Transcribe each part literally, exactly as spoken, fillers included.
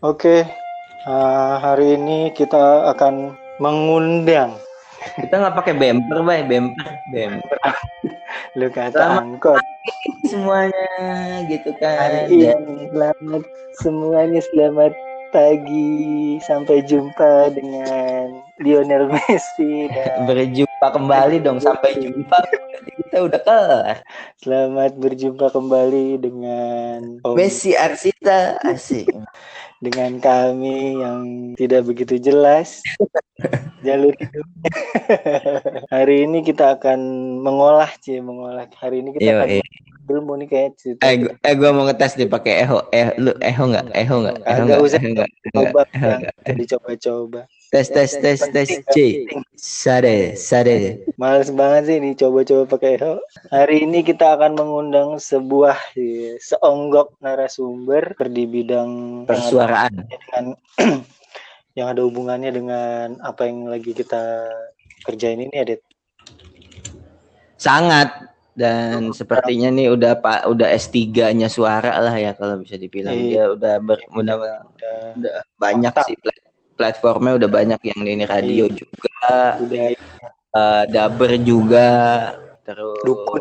Oke, uh, hari ini kita akan mengundang. Kita nggak pakai bumper, bay, bumper, bumper. Lu kata Selamat angkot. pagi semuanya, gitu Hari kan. Dan ini selamat semuanya, selamat pagi. Sampai jumpa dengan Lionel Messi dan berjumpa kembali dong, sampai jumpa. Kita udah kelar. Selamat berjumpa kembali dengan Om Messi Arsita, asik. dengan kami yang tidak begitu jelas jalur hidupnya. Hari ini kita akan mengolah sih, mengolah. Hari ini kita Yo, akan eh. ilmu nih kayak cerita. Eh, gua, eh, gua mau ngetes nih pakai eho. Eh, lu eho nggak? Eho nggak? Eho Agak nggak? usah Eho nggak? coba Eho yang nggak? dicoba-coba. Tes, tes, tes, tes. C. Sade, sade. Males banget sih dicoba-coba pakai Eho. Hari ini kita akan mengundang sebuah ya, seonggok narasumber di bidang Persuaraan. yang ada, dengan yang ada hubungannya dengan apa yang lagi kita kerjain ini, Adit. Sangat. Dan sepertinya nih udah Pak udah S tiga-nya suara lah ya kalau bisa dibilang. Dia udah ber, udah, udah, udah banyak sih plat, platformnya udah banyak yang ini radio Iya. juga. Udah uh, Daber juga, terus dukun.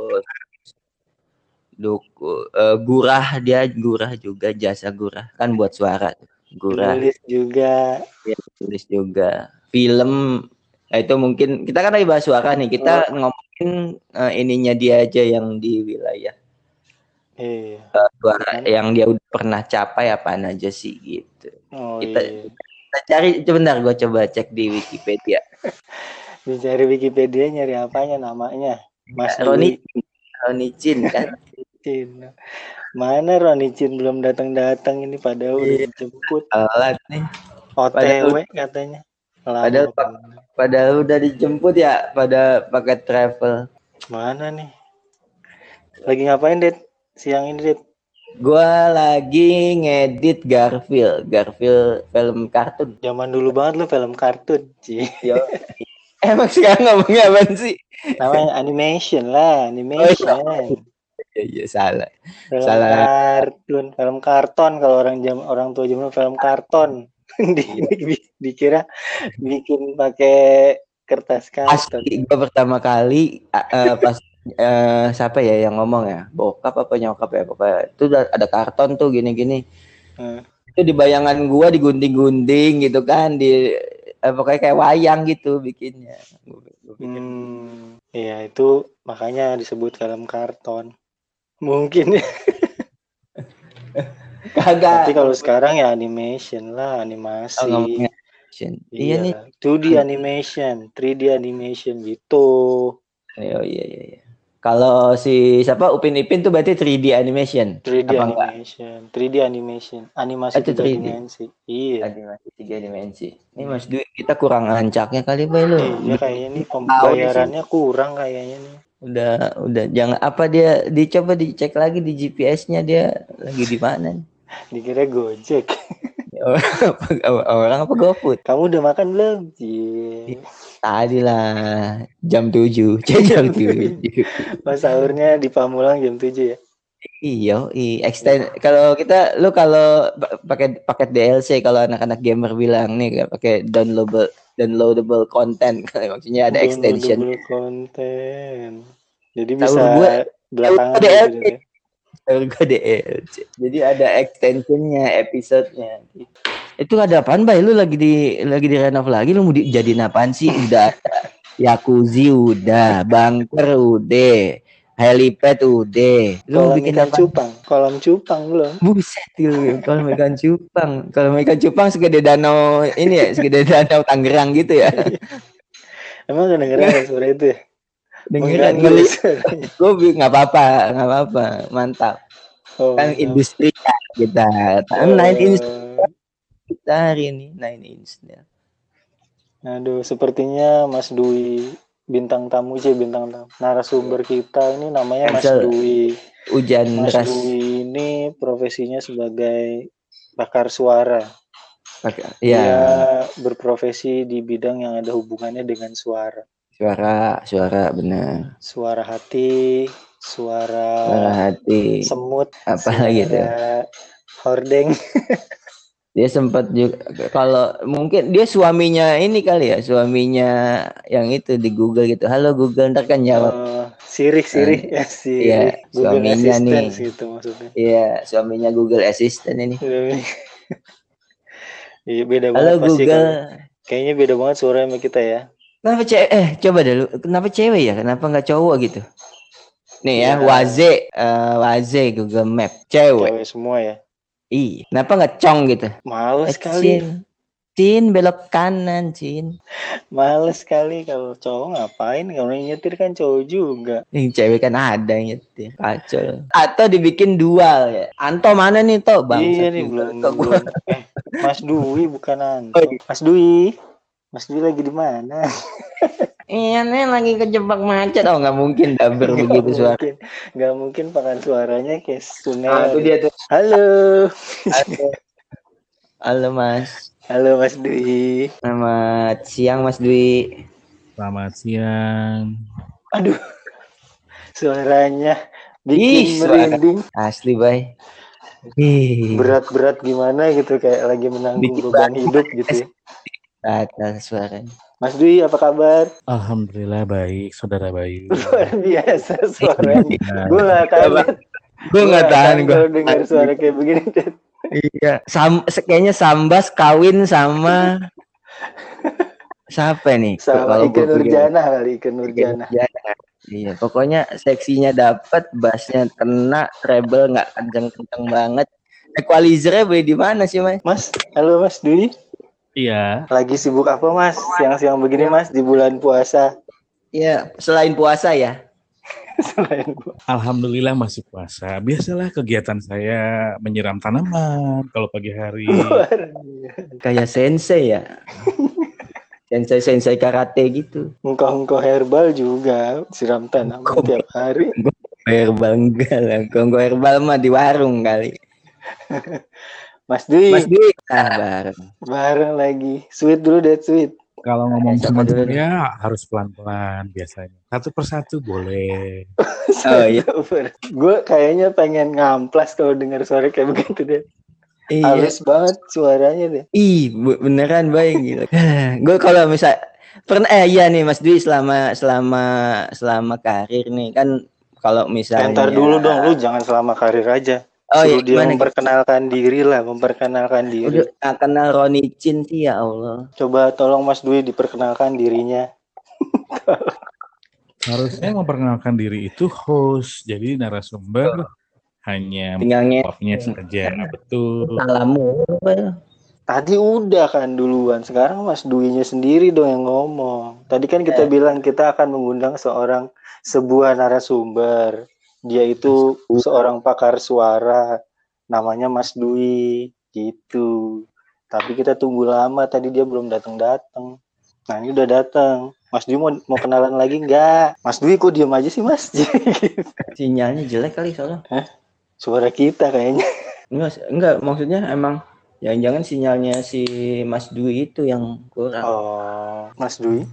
Duku, uh, gurah dia gurah juga, jasa gurah kan buat suara. Gurah. Nulis juga. Ya, tulis juga. Film nah itu mungkin kita kan lagi bahas suara nih. Kita ngomongin uh, ininya dia aja yang di wilayah. Iya. Uh, suara yang dia udah pernah capai apaan aja sih gitu. Oh, kita, iya. kita cari sebentar, gue coba cek di Wikipedia. Dicari Wikipedia nyari apanya namanya? Mas ya, Roni Dwi. Roni Chin kan. Chin. Mana Roni Chin belum datang-datang ini, padahal udah dijemput. Alat nih. O T W katanya. Lama Padahal padahal udah dijemput ya pada paket travel. Mana nih? Lagi ngapain, Det? Siang ini, Det? Gua lagi ngedit Garfield, Garfield film kartun. Zaman dulu banget lo film kartun, Ci. Yo. Emang sekarang ngomongnya apa sih? Namanya animation lah, animation. Oh, iya, iya salah. Film salah. kartun, film karton kalau orang jam orang tua zaman film karton. di, di, dikira bikin pakai kertas karton. Asli gue pertama kali uh, pas uh, siapa ya yang ngomong ya, bokap apa nyokap ya, pokoknya itu ada karton tuh gini-gini. Hmm. Itu di bayangan gue digunting-gunting gitu kan, di uh, pokoknya kayak wayang gitu bikinnya. Hmm, iya itu makanya disebut film karton. Mungkin ya. Kagak. Tapi kalau sekarang ya animation lah, animasi. Oh, animation. Iya, iya nih. two D animation, three D animation gitu. Oh, iya iya iya. Kalau si siapa Upin Ipin tuh berarti three D animation. three D apa animation, enggak? three D animation, animasi itu tiga dimensi. Iya. Animasi tiga dimensi. Ini Mas Dwi kita kurang ancaknya kali Bay lu. Iya kayaknya nih pembayarannya kurang kayaknya nih. Udah udah jangan apa dia dicoba dicek lagi di G P S-nya dia lagi di mana nih. Dikira Gojek. Orang apa GoFood? Kamu udah makan belum? Iya. Tadi lah jam tujuh. jam tujuh. Pas sahurnya di Pamulang jam tujuh ya. Iya, i extend kalau kita lu kalau pakai paket D L C kalau anak-anak gamer bilang nih pakai downloadable downloadable content maksudnya ada extension. Downloadable content. Jadi bisa gua, belakangan D L C. Gitu. Gue D L C. Jadi ada extensionnya, episodenya. Itu ada apaan, Bay? Lu lagi di lagi di renov lagi, lu mau dijadiin apaan sih? Udah ada Yakuzi udah, bunker udah, helipad udah. Lu kolam bikin ikan apa? Cupang, kolam cupang belum? Buset lu, kolam ikan cupang. Kolam ikan cupang segede danau ini ya, segede danau Tangerang gitu ya. Emang kedengeran ya suara itu ya? Dengeran ngeli. Gue nggak apa-apa, nggak apa-apa, mantap. Oh, kan industri kita, oh. Nine inch kita hari ini nine inch-nya. Aduh, sepertinya Mas Dwi bintang tamu sih bintang tamu. Narasumber kita ini namanya Mas Dwi. Hujan Mas deras. Dwi ini profesinya sebagai pakar suara. Pakar, ya. Dia ya. berprofesi di bidang yang ada hubungannya dengan suara. Suara, suara benar. Suara hati, suara, suara hati, semut, apa lagi tuh? Hordeng. Dia sempat juga kalau mungkin dia suaminya ini kali ya, suaminya yang itu di Google gitu. Halo Google, ntar kan jawab. Uh, Siri, Siri, Eh, ya Iya, Siri, Google suaminya nih. Assistant gitu maksudnya. Iya, suaminya Google Assistant ini. Iya beda Halo banget pasti Google. kalau kayaknya beda banget suara sama kita ya. Kenapa cewek? Eh, coba deh lu. Kenapa cewek ya? Kenapa nggak cowok gitu? Nih ya, Ya, Waze, uh, Waze Google Map, cewek. cewek semua ya. Ih, kenapa nggak cong gitu? Males Eh, kali. Cin, Cin belok kanan, Cin. Males sekali kalau cowok ngapain? Kalau yang nyetir kan cowok juga. Yang cewek kan ada yang nyetir. Kacau. Atau dibikin dual ya. Anto mana nih, Toh? Bang. Iya nih belum belum. Eh, Mas Dwi bukan Anto. Oh, iya. Mas Dwi. Mas Dwi lagi di mana? Iya nih lagi kejebak macet. Oh nggak mungkin daber Nggak begitu suara. mungkin. Nggak mungkin pakai suaranya kayak Sunel. Ah, itu dia tuh. Halo. Halo. Halo Mas. Halo Mas Dwi. Selamat siang Mas Dwi. Selamat siang. Aduh. Suaranya bikin Ih, suara merinding. asli, Bay. Ih. Berat-berat gimana gitu kayak lagi menanggung Bikin beban banget. hidup gitu ya. Atas suaranya. Mas Dwi apa kabar? Alhamdulillah baik, saudara Bayu. Luar biasa suaranya. Gue gak kaget. Gue nggak tahan gue. Kalau dengar suara kayak begini. Iya. Sam, kayaknya Sambas kawin sama siapa nih? Sama Kalau Ikke gua pikir- Nurjana kali, Ikke Nurjana. Iya, pokoknya seksinya dapat, bassnya kena, treble nggak kenceng-kenceng banget. Equalizernya beli di mana sih, Mas? Mas, halo Mas Dwi. Iya, Lagi sibuk apa Mas? Siang-siang begini Mas di bulan puasa. Iya, selain puasa ya. Selain gua. alhamdulillah masih puasa. Biasalah kegiatan saya menyiram tanaman kalau pagi hari. Luar biasa. Kayak sensei ya. Sensei-sensei karate gitu. Engkau-engkau herbal juga siram tanaman Engkau- tiap hari. Herbal enggak lah. Gonggo herbal mah di warung kali. Mas Dwi, Mas Dwi, ah, bareng. bareng lagi. Sweet dulu deh, sweet. Kalau ngomong Siapa sama dulu? saya harus pelan-pelan biasanya. Satu persatu boleh. Oh, iya. Gue kayaknya pengen ngamplas kalau dengar suara kayak begitu deh. Iya. Halus banget suaranya deh. Ih, bu- beneran baik gitu. Gue kalau misal pernah eh iya nih Mas Dwi selama selama selama karir nih kan kalau misalnya Entar dulu dong, lu jangan selama karir aja. Oh Suruh iya, dia gimana? memperkenalkan diri lah, memperkenalkan diri. Udah nggak kenal Roni Chin sih ya Allah. Coba tolong Mas Dwi diperkenalkan dirinya. Harusnya memperkenalkan diri itu host, jadi narasumber hanya Tinggal nge jawabnya saja. Betul. salamu. Tadi udah kan duluan, sekarang Mas Dwi-nya sendiri dong yang ngomong. Tadi kan kita Eh. bilang kita akan mengundang seorang sebuah narasumber. Dia itu seorang pakar suara, namanya Mas Dwi, gitu. Tapi kita tunggu lama, tadi dia belum datang-datang. Nah ini udah datang. Mas Dwi mau mau kenalan lagi nggak? Mas Dwi kok diam aja sih Mas? Sinyalnya jelek kali soalnya. Suara kita kayaknya. Enggak, enggak maksudnya emang jangan-jangan sinyalnya si Mas Dwi itu yang kurang. Oh, Mas Dwi.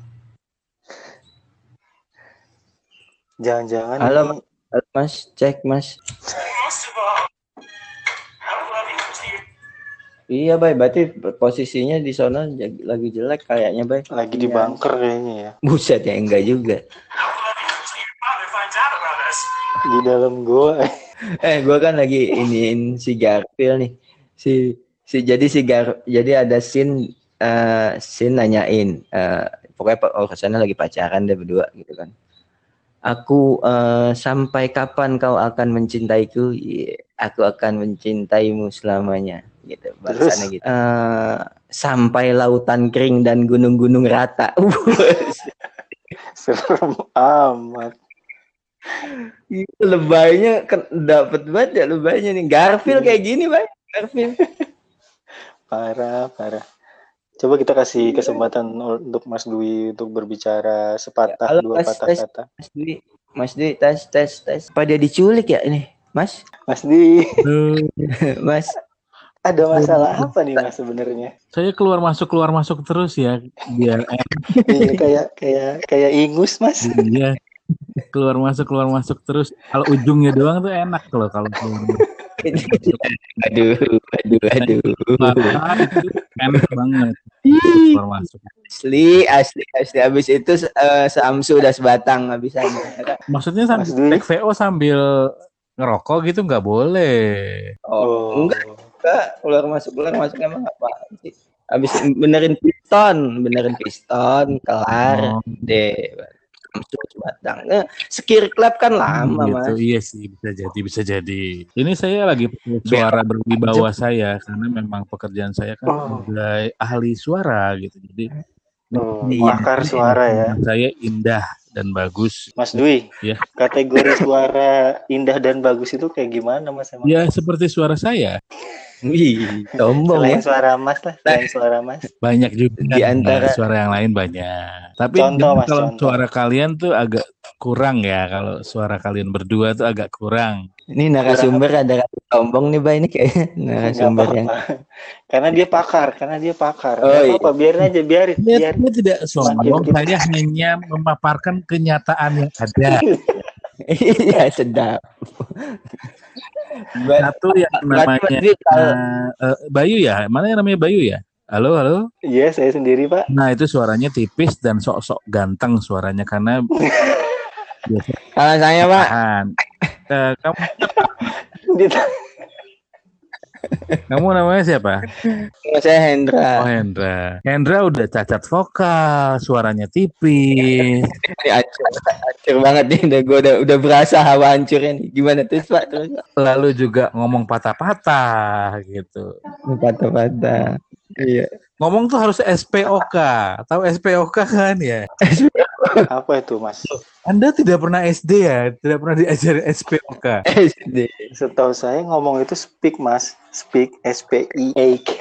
Jangan-jangan Halo, ini Halo, Mas, cek Mas. Iya, Bay, berarti posisinya di sana jag- lagi jelek kayaknya, Bay. lagi di Iya. bunker kayaknya ya. Buset ya, enggak juga. Di dalam goa. Eh, gua kan lagi iniin si Garfield nih. Si si jadi si Gar jadi ada scene eh scene nanyain eh pokoknya pa- oh kesana lagi pacaran deh berdua gitu kan. Aku eh, sampai kapan kau akan mencintaiku? Iya, aku akan mencintaimu selamanya gitu bahasanya gitu. Eh, sampai lautan kering dan gunung-gunung rata. Serem amat. Itu lebaynya kan dapat banget ya lebaynya nih. Garfield kayak gini, Bay. Garfield. Parah, parah. Coba kita kasih kesempatan untuk Mas Dwi untuk berbicara sepatah Halo, dua Mas, patah tes. kata. Mas Dwi, Mas Dwi, tes, tes, tes. Apa dia diculik ya ini, Mas? Mas Dwi, Aduh, Mas, ada masalah apa nih Mas sebenarnya? saya keluar masuk keluar masuk terus ya, biar enak. Iya kayak kayak kayak ingus Mas. Iya. Keluar masuk keluar masuk terus. Kalau ujungnya doang tuh enak loh kalau keluar. aduh, aduh, aduh. Wah, itu enak banget. Keluar masuk. Asli, asli, asli. Habis itu uh, seamsu udah sebatang habisannya. Maksudnya sambil take V O sambil ngerokok gitu nggak boleh. Oh, enggak, enggak. Keluar masuk, keluar masuk emang apa sih? Habis benerin piston, benerin piston, kelar oh. deh. Batang. Nah, skir clap kan lama, hmm, gitu. Mas. Iya sih, bisa jadi, bisa jadi. Ini saya lagi suara berwibawa saya karena memang pekerjaan saya kan oh. sebagai ahli suara gitu. Jadi oh, pakar suara ya. Saya indah dan bagus. Mas Dwi, ya. Kategori suara indah dan bagus itu kayak gimana, Mas? Emang? Ya, seperti suara saya. Wih, sombong selain ya. Suara Mas lah, selain suara Mas. Banyak juga di antara nah, suara yang lain banyak. Tapi contoh, mas, kalau contoh. suara kalian tuh agak kurang ya. Kalau suara kalian berdua tuh agak kurang. Ini narasumber ada rasa sombong nih, Bay, ini kayak narasumber yang. Karena dia pakar, karena dia pakar. Oh, iya. Apa biarin aja, biarin. Dia, biar. dia tidak sombong, saya hanya memaparkan kenyataan yang ada. Iya, sedap. Satu yang namanya uh, uh, Bayu ya, mana yang namanya Bayu ya? Halo, halo. Iya, saya sendiri, Pak. Nah, itu suaranya tipis dan sok-sok ganteng suaranya karena. Kalau saya, Pak. Uh, kamu. Kamu namanya siapa? Saya Hendra. Oh, Hendra. Hendra udah cacat vokal, suaranya tipis. Hancur, hancur banget nih. Udah, gue udah, udah berasa hawa hancurnya nih. Gimana tuh, Pak? Terus, lalu juga ngomong patah-patah gitu. Patah-patah. Iya. Ngomong tuh harus S P O K. Tahu S P O K kan ya? Apa itu, Mas? Anda tidak pernah S D ya? Tidak pernah diajarin S P O K? S D. Setahu saya ngomong itu speak, Mas. Speak, S P I A K.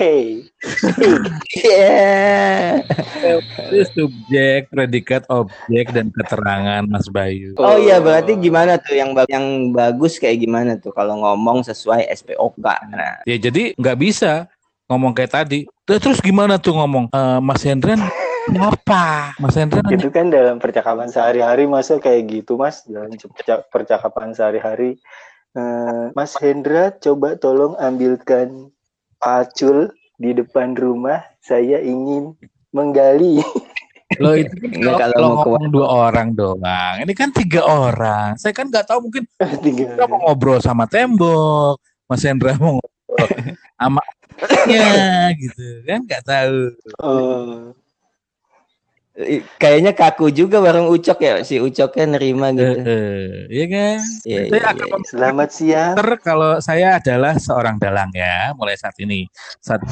Yeah. Itu subjek, predikat, objek, dan keterangan, Mas Bayu. Oh iya, berarti gimana tuh yang bagus, yang bagus kayak gimana tuh kalau ngomong sesuai S P O K? Nah. Ya jadi nggak bisa ngomong kayak tadi. Terus gimana tuh ngomong? Uh, Mas Hendra apa? Mas Hendra itu kan dalam percakapan sehari-hari, masa kayak gitu, Mas? Dalam percakapan sehari-hari. Uh, Mas Hendra, coba tolong ambilkan pacul di depan rumah. Saya ingin menggali. Loh itu kan kalau, kalau ngomong dua orang doang. Ini kan tiga orang. Saya kan nggak tahu, mungkin kita mau ngobrol sama tembok. Mas Hendra mau ngobrol sama ya gitu kan, nggak tahu. Oh. Kayaknya kaku juga bareng Ucok ya, si Ucoknya nerima gitu. Uh, uh, iya kan? Iya, saya iya, akan iya. Selamat siang. Kalau saya adalah seorang dalang ya, mulai saat ini. Saat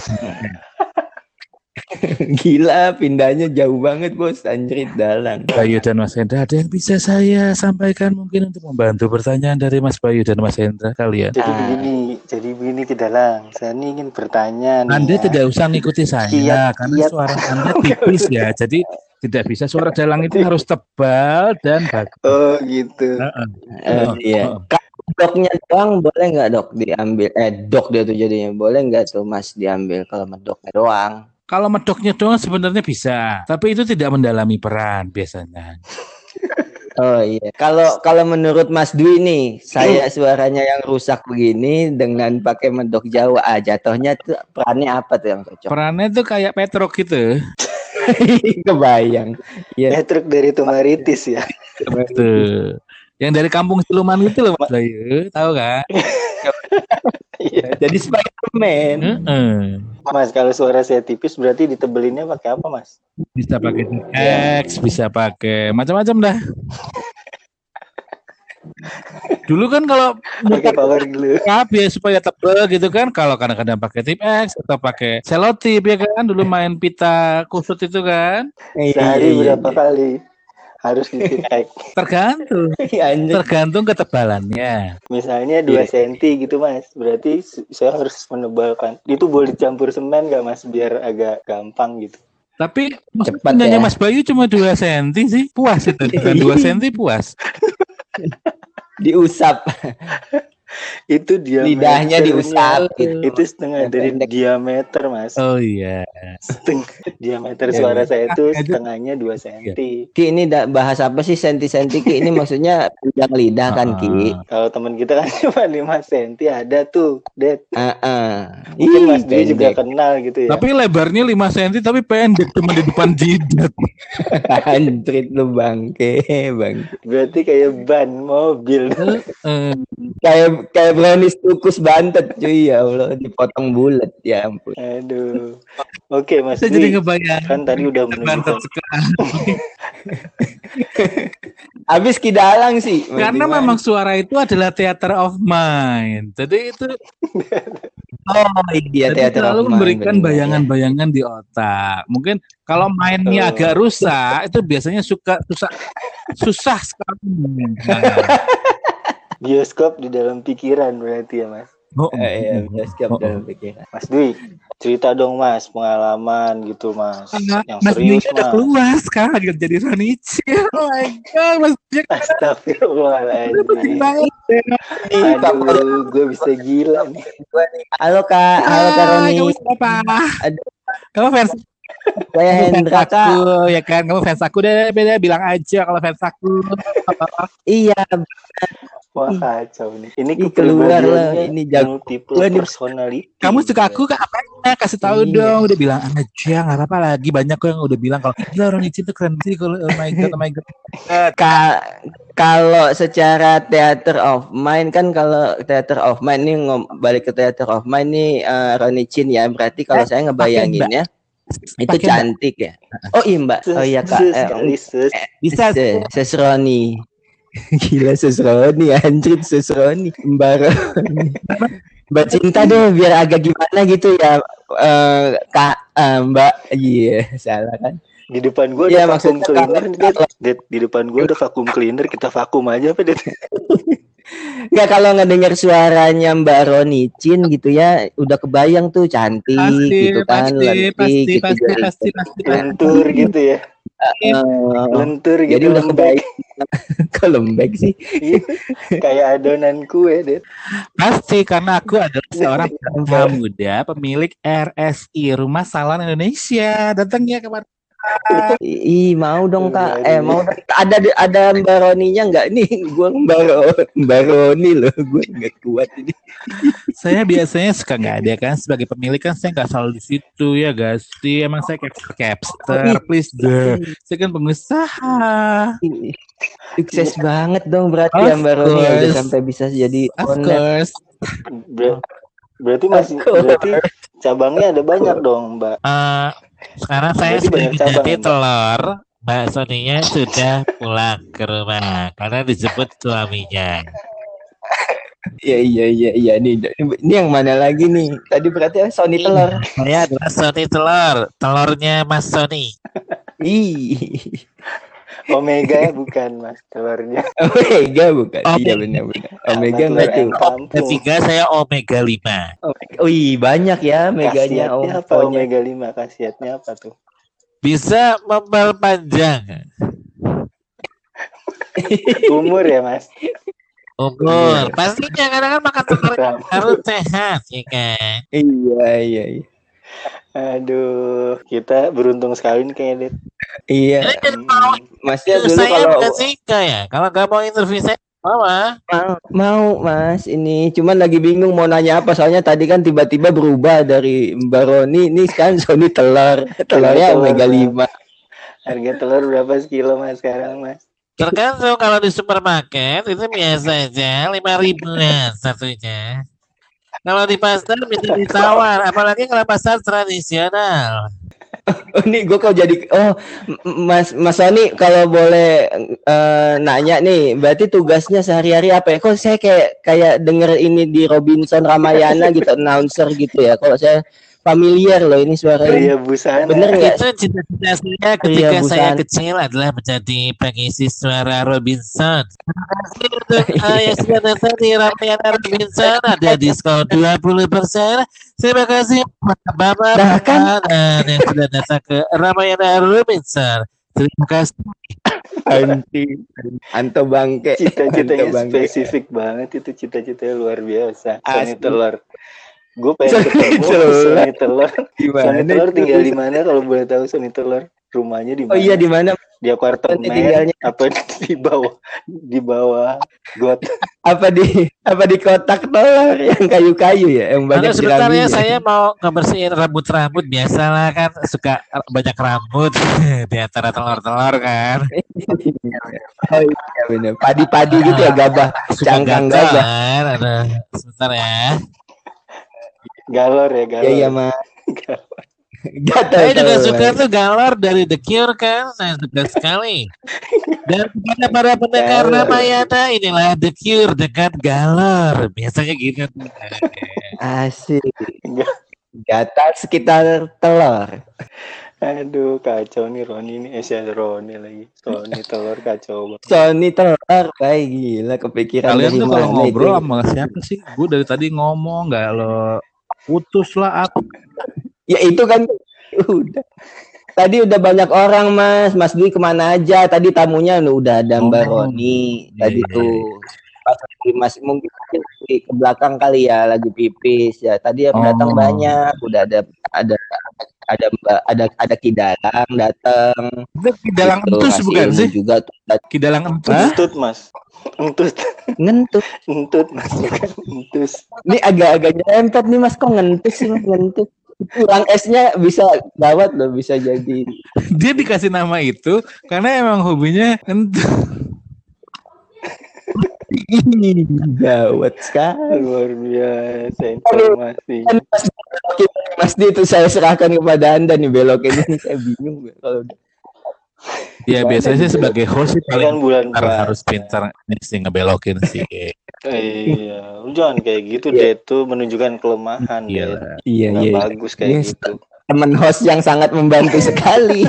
Gila, pindahnya jauh banget, Bos. Anjrit dalang. Bayu dan Mas Hendra, ada yang bisa saya sampaikan mungkin untuk membantu pertanyaan dari Mas Bayu dan Mas Hendra kalian? Jadi ah. begini, jadi begini ke dalang. Saya ini ingin bertanya nih. Anda ya. tidak usah ngikuti saya kiat, karena kiat. Suara Anda tipis ya. Jadi tidak bisa, suara dalang itu harus tebal dan bagus. Oh gitu. Uh-uh. Uh, iya. Doknya doang boleh nggak, Dok, diambil? Eh, Dok dia tuh jadinya boleh nggak tuh, Mas, diambil kalau medoknya doang? Kalau medoknya doang sebenarnya bisa, tapi itu tidak mendalami peran biasanya. Oh iya. Kalau kalau menurut Mas Dwi nih, saya suaranya yang rusak begini dengan pakai medok Jawa, ah, jatuhnya tuh perannya apa tuh yang cocok? Perannya tuh kayak Petruk gitu. Kebayang. Ya. Petruk dari Tumaritis ya. Betul. Yang dari kampung Siluman itu loh, Mas Bayu, tahu kan? Iya, jadi Spiderman. Uh-uh. Mas, kalau suara saya tipis berarti ditebelinnya pakai apa, Mas? Bisa pakai X, bisa pakai macam-macam dah. Dulu kan kalau pakai power glue ya supaya tebel gitu kan, kalau kadang-kadang pakai tip X atau pakai selotip ya kan, dulu main pita kusut itu kan. Sehari berapa kali harus di tip X? Tergantung. Tergantung ketebalannya. Misalnya dua sentimeter gitu, Mas. Berarti saya harus menebalkan. Itu boleh dicampur semen nggak, Mas, biar agak gampang gitu. Tapi punyanya ya. Mas Bayu cuma dua sentimeter sih. Puas itu. Dan dua sentimeter puas. Diusap. Itu diameter. Lidahnya diusap gitu. Itu setengah dari pendek. Diameter, Mas. Oh iya. Setengah diameter suara saya itu setengahnya dua senti. Ki, ini da- bahas apa sih senti-senti Ki? Ini maksudnya panjang lidah kan Ki? Kalau teman kita kan cuma lima senti ada tuh, Det. Uh-uh. Mungkin Mas Dwi juga kenal gitu ya. Tapi lebarnya lima senti tapi pendek cuma di depan jidat. Anjrit lu bangke, bang. Berarti kayak ban mobil. kayak kayak brownies tukus Bantet cuy, ya Allah, dipotong bulat, ya ampun. Aduh. Oke, Mas Saya Dwi. jadi kebayang. Kan tadi udah menunjukkan. Abis Kidalang sih. Karena memang suara itu adalah theater of mind. Jadi itu oh iya, jadi selalu memberikan bayangan-bayangan di otak. Mungkin kalau mainnya oh. agak rusak, itu biasanya suka susah susah sekali. Bioskop di dalam pikiran berarti ya, Mas. Oh, eh, iya, bioskop oh, dalam pikiran. Mas Dwi, cerita dong Mas, pengalaman gitu Mas. Enggak, yang Mas serius Dwi udah keluar sekarang lagi jadi Ronichi. Oh my god, Mas Dwi. Astagfirullahaladzim. Aduh, gue bisa gila nih. Halo Kak, halo Kak Roni. Kamu siapa? Kamu fans saya Hendra Kak. Ya kan, kamu fans aku deh, beda bilang aja kalau fans aku. Iya. Wah kacau nih. Ini keluar lah. Ini jago multiple personality. Kamu suka aku Kak apanya? Kasih tahu iya. dong. Udah bilang aja, nggak apa-apa lagi. Banyak kok yang udah bilang kalau gila Ronichi itu keren sih. Kalau oh my god, oh my god. Ka- kalau secara theater of mind kan, kalau theater of mind nih balik ke theater of mind nih uh, Ronichi ya. Berarti kalau eh, saya ngebayanginnya itu Pake cantik mbak. Ya. Oh iya Mbak. Oh iya Kak. Eh, bisa Ses Roni. Gila Susroni, anjrit Susroni, Mbak Roni. Mbak Cinta deh, biar agak gimana gitu ya, uh, Kak uh, Mbak, iya yeah, salah kan? Di depan gue ada ya, vakum cleaner, Det. Di depan gue ada vakum cleaner, kita vakum aja apa Det? Nggak, kalau ngedengar suaranya Mbak Roni Chin gitu ya, udah kebayang tuh cantik pasti, gitu kan, pasti, lentik, pasti, gitu pasti, jadi, pasti, pasti, lentur gitu ya. Uh, lentur gitu. Jadi udah kebaik. Kok lembek sih? Kayak adonan kue deh. Pasti karena aku adalah seorang pengusaha muda pemilik R S I Rumah Salon Indonesia. Datang ya kemarin. Ih mau dong Kak. Eh mau dong. Ada ada Mbak Roninya nggak nih? Gue Mbak Mbak Roni loh. Gue nggak kuat ini. Saya biasanya suka nggak ada kan, sebagai pemilik kan saya nggak selalu di situ ya guys. Di emang saya capster capster please deh. Saya kan pengusaha. Sukses banget dong berarti ya Mbak Roni udah sampai bisa jadi owner. Ber- berarti masih berarti cabangnya ada banyak dong Mbak. Uh, sekarang saya sudah menjadi telur. Mbak Soninya sudah pulang ke rumah karena disebut suaminya. Iya iya iya iya ini ini yang mana lagi nih? Tadi berarti Sony telur. Saya adalah Sony telur, telurnya Mas Sony. Ih. Omega bukan Mas telurnya. Omega bukan. Oh, iya benar-benar. Omega enggak tuh. Ketiga saya omega lima. Oh iya banyak ya meganya. Khasiatnya apa omega lima? Khasiatnya apa tuh? Bisa memperpanjang umur ya Mas. Umur. Pastinya karena kan makan telur harus sehat ya kan. Iya iya iya. Aduh, kita beruntung sekali nih kayaknya, Det. Iya. Hmm. Masnya dulu saya kalau bukan Sika ya. Kalau nggak mau interview saya, mau mau, mau Mas. Ini cuman lagi bingung mau nanya apa. Soalnya tadi kan tiba-tiba berubah dari Mbak Roni. Ini sekarang Sony telur, telurnya omega lima. Harga telur berapa sekilo Mas sekarang Mas? Tergantung, kalau di supermarket itu biasa aja lima ribuan satunya. Kalau di pasar bisa ditawar, apalagi kalau pasar tradisional. Oh, nih gue kok jadi oh Mas Mas Sony kalau boleh uh, nanya nih, berarti tugasnya sehari-hari apa ya? Kok saya kayak kayak denger ini di Robinson Ramayana gitu, announcer gitu ya. Kalau saya familiar loh ini suaranya. Iya busana. Bener nggak? Itu cita-cita saya ketika Ria saya kecil adalah menjadi pengisi suara Robinson. Terima kasih untuk uh, yang sudah datang di Ramayana Robinson, ada diskon dua puluh persen. Terima kasih Bapak nah, kan? dan yang sudah datang ke Ramayana Robinson. Terima kasih. Anjing. Anto bangke. Cita-citanya Anto bangke. spesifik banget itu, cita-citanya luar biasa. Sony Asli. telur. Gue pengen Sony ketemu telur. Sony telur. Gimana Sony telur itu? tinggal di mana kalau boleh tahu Sony telur? Rumahnya di mana? Oh iya di mana? Di apartemen Tinggalnya. apa di bawah di bawah got? Apa di apa di kotak telur yang kayu-kayu ya, yang banyak Halo, sebentar ya, jeraminya? saya mau ngebersihin rambut-rambut. Biasalah kan suka banyak rambut di antara telur-telur kan. Oh iya benar. Padi-padi gitu ya, gabah, Suka cangkang gatal gabah. kan. Ada sebentar ya. Galor ya, galor. Iya iya mah. Gatal. Saya juga suka tuh Galor dari The Cure kan. Saya suka sekali. Dan kepada para pendengar Galor. Ramayana, inilah The Cure dengan Galor. Biasanya gitu. Asik. Gatal sekitar telur. Aduh, kacau nih Roni nih, eh si Roni lagi. Sony telur kacau banget. Sony telur, baik gila kepikiran Kalian dari tuh kalau mana ngobrol itu. sama siapa sih? Gue dari tadi ngomong nggak lo putus lah aku. Ya itu kan udah. Tadi udah banyak orang Mas. Mas Dwi kemana aja? Tadi tamunya udah ada Mbak Oh, Roni. iya, Tadi iya, tuh pas lagi Mas mungkin ke belakang kali ya lagi pipis ya. Tadi yang datang Oh. banyak. Udah ada ada ada Mbak ada ada Kidalang datang. Itu Kidalang Gitu, entus ngasih bukan ilmu sih? juga tuh. Kidalang entus. Hah? Entut Mas, entut, Ngentut. entut Mas, bukan entus. Ini agak-agak nyempet nih Mas, kok ngentus sih Mas, ngentut. Kurang S-nya bisa gawat loh, bisa jadi. Dia dikasih nama itu karena emang hobinya entus. Gawat sekali. Luar biasa informasi. Kan Mas, Mas Di itu saya serahkan kepada Anda nih belokin ini, saya bingung kalau udah. Ya biasanya sih sebagai host sih Ini kan paling bulan pintar, puasa. harus pintar ini sih ngebelokin sih. Iya, lu jangan kayak gitu Iya. deh, itu menunjukkan kelemahan Iya deh. lah. Iya Nggak iya. bagus kayak Yes. gitu. Temen host yang sangat membantu sekali.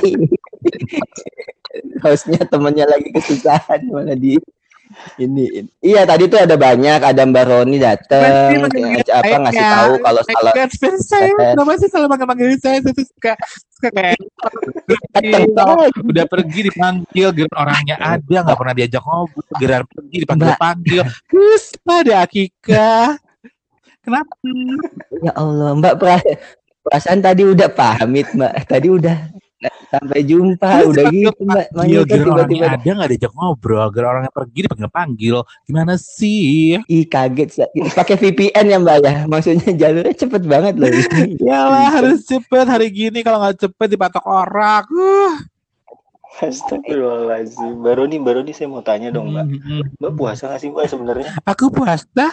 Hostnya temennya lagi kesusahan malah di ini, ini. Iya tadi tuh ada banyak, ada Mbak Roni datang, kayak apa ngasih tahu kalau kalau Kan fans saya kenapa sih selalu manggil-manggil saya itu suka suka kayak datang pergi, udah pergi dipanggil, geran orangnya ada nggak pernah diajak ngobrol, geran pergi dipanggil-panggil. Terus ada Akika. Kenapa? ya Allah Mbak pra- perasaan tadi udah pamit Mbak, tadi udah sampai jumpa, udah gitu Mbak, Panggil, makanya kan geran orangnya tiba-tiba ada nggak diajak ngobrol, geran orangnya pergi dipanggil-panggil. Gimana sih? ih kaget saya. Pakai V P N ya Mbak ya, maksudnya jalurnya cepet banget loh ini. Yalah harus cepet hari gini, kalau nggak cepet dipatok orang. Uh. Astagfirullahaladzim. Baru nih, baru nih saya mau tanya dong Mbak. Mbak puasa nggak sih Mbak sebenarnya? Aku puasa.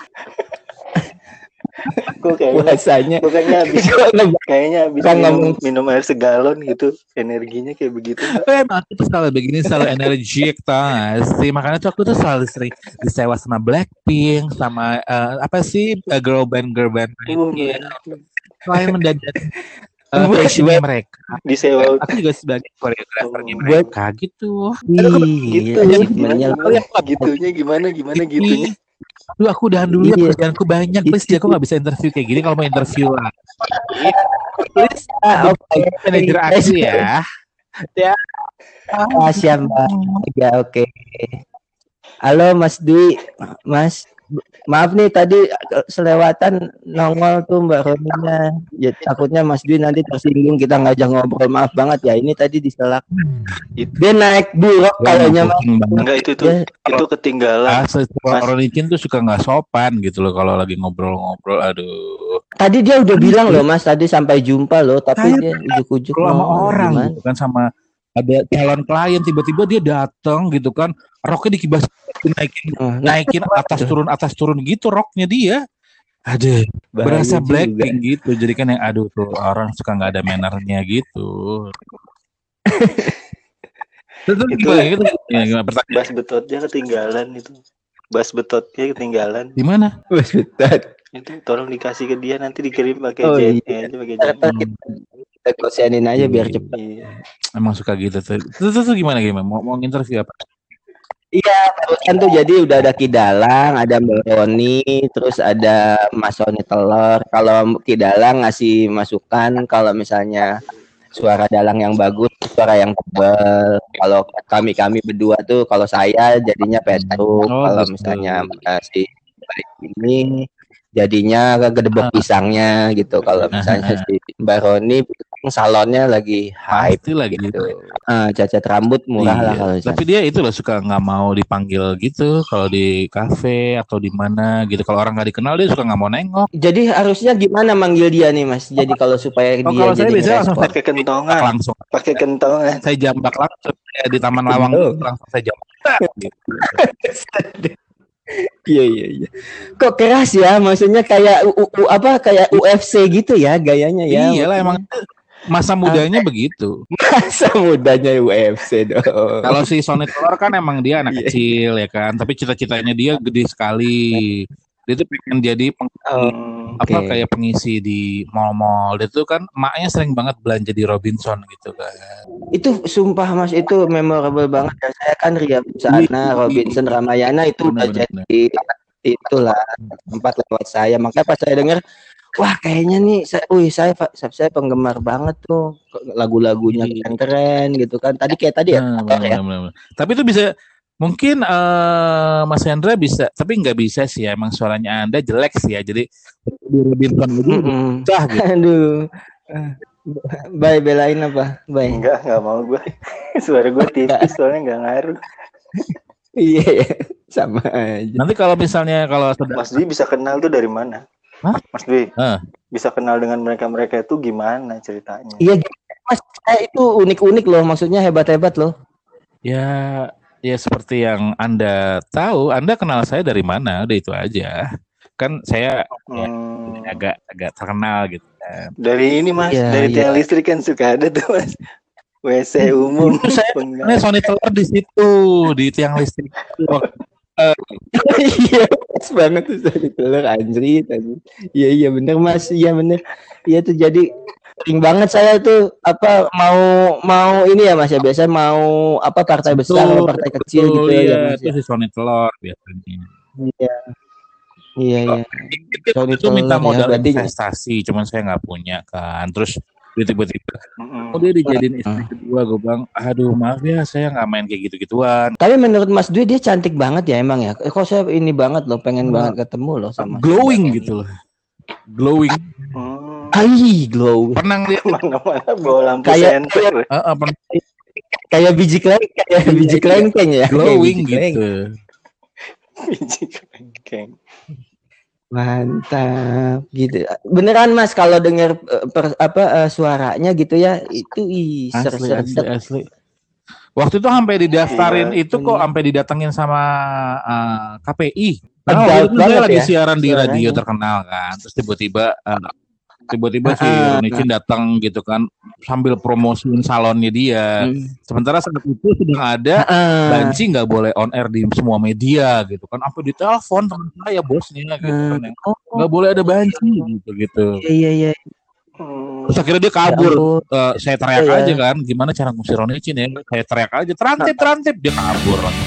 Kok kayaknya, Puasanya kok kayaknya habis, Kok nge- kayaknya habis Kan minum, ngomong- minum air segalon gitu, energinya kayak begitu Mbak. Eh, aku tuh selalu begini, selalu energik tau gak sih? Makanya tuh aku tuh selalu sering disewa sama Blackpink, sama eh, apa sih eh, girl band girl band. Uh, Iya. Selain mendadak uh, Buat- passionnya buat- mereka, disewa aku juga sebagai koreografernya Oh. mereka gitu. gitu Iya, gimana, sebenarnya gimana, gitunya gimana gimana gitunya. Duh, aku udahan dulu ya, Iya. pekerjaanku banyak. Please, aku gak bisa interview kayak gini. Kalau mau interview lah, please, Ah, oke. manajer aksi ya. Ya. Ah, siap Mbak. Ya oke. Halo Mas Dwi, Mas. Maaf nih tadi selewatan nongol tuh Mbak Roninya. Ya takutnya Mas Dwi nanti tersinggung kita ngajak ngobrol. Maaf banget ya. Ini tadi diselak. Dia naik buruk kayaknya Mas. Enggak, itu tuh Dia- itu ketinggalan. Ah, orang licin tuh suka nggak sopan gitu loh kalau lagi ngobrol-ngobrol. Aduh. Tadi dia udah bilang loh Mas, tadi sampai jumpa loh, tapi Saya dia ujuk-ujuk Kalau sama ngomong, orang gimana? gitu kan, sama ada calon klien, tiba-tiba dia datang gitu kan, roknya dikibas naikin Oh, naikin atas turun atas turun gitu roknya dia. Ada bahaya berasa juga. Blackpink gitu. Jadi kan yang aduh tuh orang suka nggak ada mannernya gitu. Terus Itu- gimana gitu? Ya, gimana pertanyaan? Bas betotnya ketinggalan itu. Bas betotnya ketinggalan. Gimana? Wes, bentar. Itu tolong dikasih ke dia, nanti dikirim pakai Oh, jet iya. aja pakai Ntar jet. kita, kita kosenin aja biar cepet. Iya. Emang suka gitu tuh. Terus, terus gimana gimana? Mau mau interview apa? Iya, barusan tuh jadi udah ada Kidalang, ada Mbak Roni, terus ada Mas Sony Telur. Kalau Kidalang ngasih masukan kalau misalnya suara dalang yang bagus, suara yang tebal. Kalau kami-kami berdua tuh, kalau saya jadinya Petruk, Oh, kalau betul. misalnya uh, si ini jadinya gedebok pisangnya gitu. Kalau misalnya si Mbak Roni salonnya lagi hype. Pasti lagi gitu. Uh, cacat rambut murah iya. lah kalau Tapi dia itu loh suka nggak mau dipanggil gitu kalau di kafe atau di mana gitu. Kalau orang nggak dikenal dia suka nggak mau nengok. Jadi harusnya gimana manggil dia nih Mas? Jadi kalau supaya Oh, dia kalau saya jadi biasanya langsung pakai kentongan, langsung pakai kentongan. saya jambak langsung ya, di Taman Lawang Oh. langsung saya jambak. Gitu. Iya iya iya. Kok keras ya? Maksudnya kayak U, U, apa kayak U F C gitu ya gayanya ya. Iyalah emang masa mudanya ah, begitu. Masa mudanya U F C dong. Kalau si Sony Telur kan emang dia anak yeah. kecil ya kan, tapi cita-citanya dia gede sekali. Dia tuh pengen jadi pengisi, oh, apa okay. kayak pengisi di mall-mall. Dia tuh kan emaknya sering banget belanja di Robinson gitu kan. Itu sumpah Mas, itu memorable banget ya. Saya kan Ria Busana, Robinson, Ramayana itu udah jadi itulah tempat lewat saya. Makanya pas saya dengar, wah kayaknya nih, saya, wih saya saya penggemar banget tuh lagu-lagunya keren-keren gitu kan. Tadi kayak tadi ya. Nah, bener, ya. Bener, bener. Tapi itu bisa. Mungkin uh, Mas Hendra bisa, tapi nggak bisa sih ya. Emang suaranya Anda jelek sih ya. Jadi di Robinson itu susah gitu. Aduh. Bye, belain apa? Bye. Enggak, enggak mau gue. Suara gue tipis soalnya nggak ngaruh. Iya, sama aja. Nanti kalau misalnya kalau Mas Dwi bisa kenal tuh dari mana? Hah? Mas Dwi uh. bisa kenal dengan mereka-mereka itu gimana ceritanya? Iya, Mas, itu unik-unik loh. Maksudnya hebat-hebat loh. Ya. Ya seperti yang Anda tahu, Anda kenal saya dari mana? Udah itu aja. Kan saya hmm. ya, agak agak terkenal gitu kan. Dari ini Mas, ya, dari ya. Tiang listrik kan suka ada tuh Mas. W C umum. Itu saya punya Sony Telur di situ, di tiang listrik. uh, iya, pas banget tuh Sony Telur anjrit. Iya iya benar Mas, iya benar. Iya tuh jadi sering banget saya tuh apa mau mau ini ya Mas ya, biasanya mau apa partai besar atau partai kecil betul, gitu iya, ya Mas. Itu si Sony Telur biasanya. Iya. Iya iya. Sony itu minta modal ya, investasi, cuman saya nggak punya kan. Terus tiba-tiba mm-hmm. oh dia dijadiin istri kedua, gue bilang aduh maaf ya saya nggak main kayak gitu-gituan. Tapi menurut Mas Dwi dia cantik banget ya emang ya. Kok saya ini banget loh, pengen hmm. banget ketemu loh sama glowing gitu loh. Glowing. Hmm. Ai, glow. Pernah lihat mana-mana bawa lampu kayak senter. Uh, uh, pernah. Kayak biji kelengkeng, kayak biji kelengkeng ya. Glowing gitu. Biji kelengkeng. Mantap gitu. Beneran Mas kalau dengar uh, apa uh, suaranya gitu ya, itu ih asli, asli, asli. Waktu itu sampai didaftarin iya, itu bener. Kok sampai didatengin sama uh, K P I. Nah, waktu itu saya lagi ya? siaran di suaranya. Radio terkenal kan. Terus tiba-tiba uh, tiba-tiba si Ronicin datang gitu kan sambil promosiin salonnya dia. Hmm. Sementara saat itu sedang ada uh. Banci nggak boleh on air di semua media gitu kan. Sampai ditelepon teman saya bosnya gitu kan. Nggak boleh ada Banci gitu gitu. Iya iya. Terus akhirnya dia kabur. Uh, saya teriak ya, aja kan. Gimana cara ngusir Ronicin ya? Saya teriak aja. Terantip terantip dia kabur.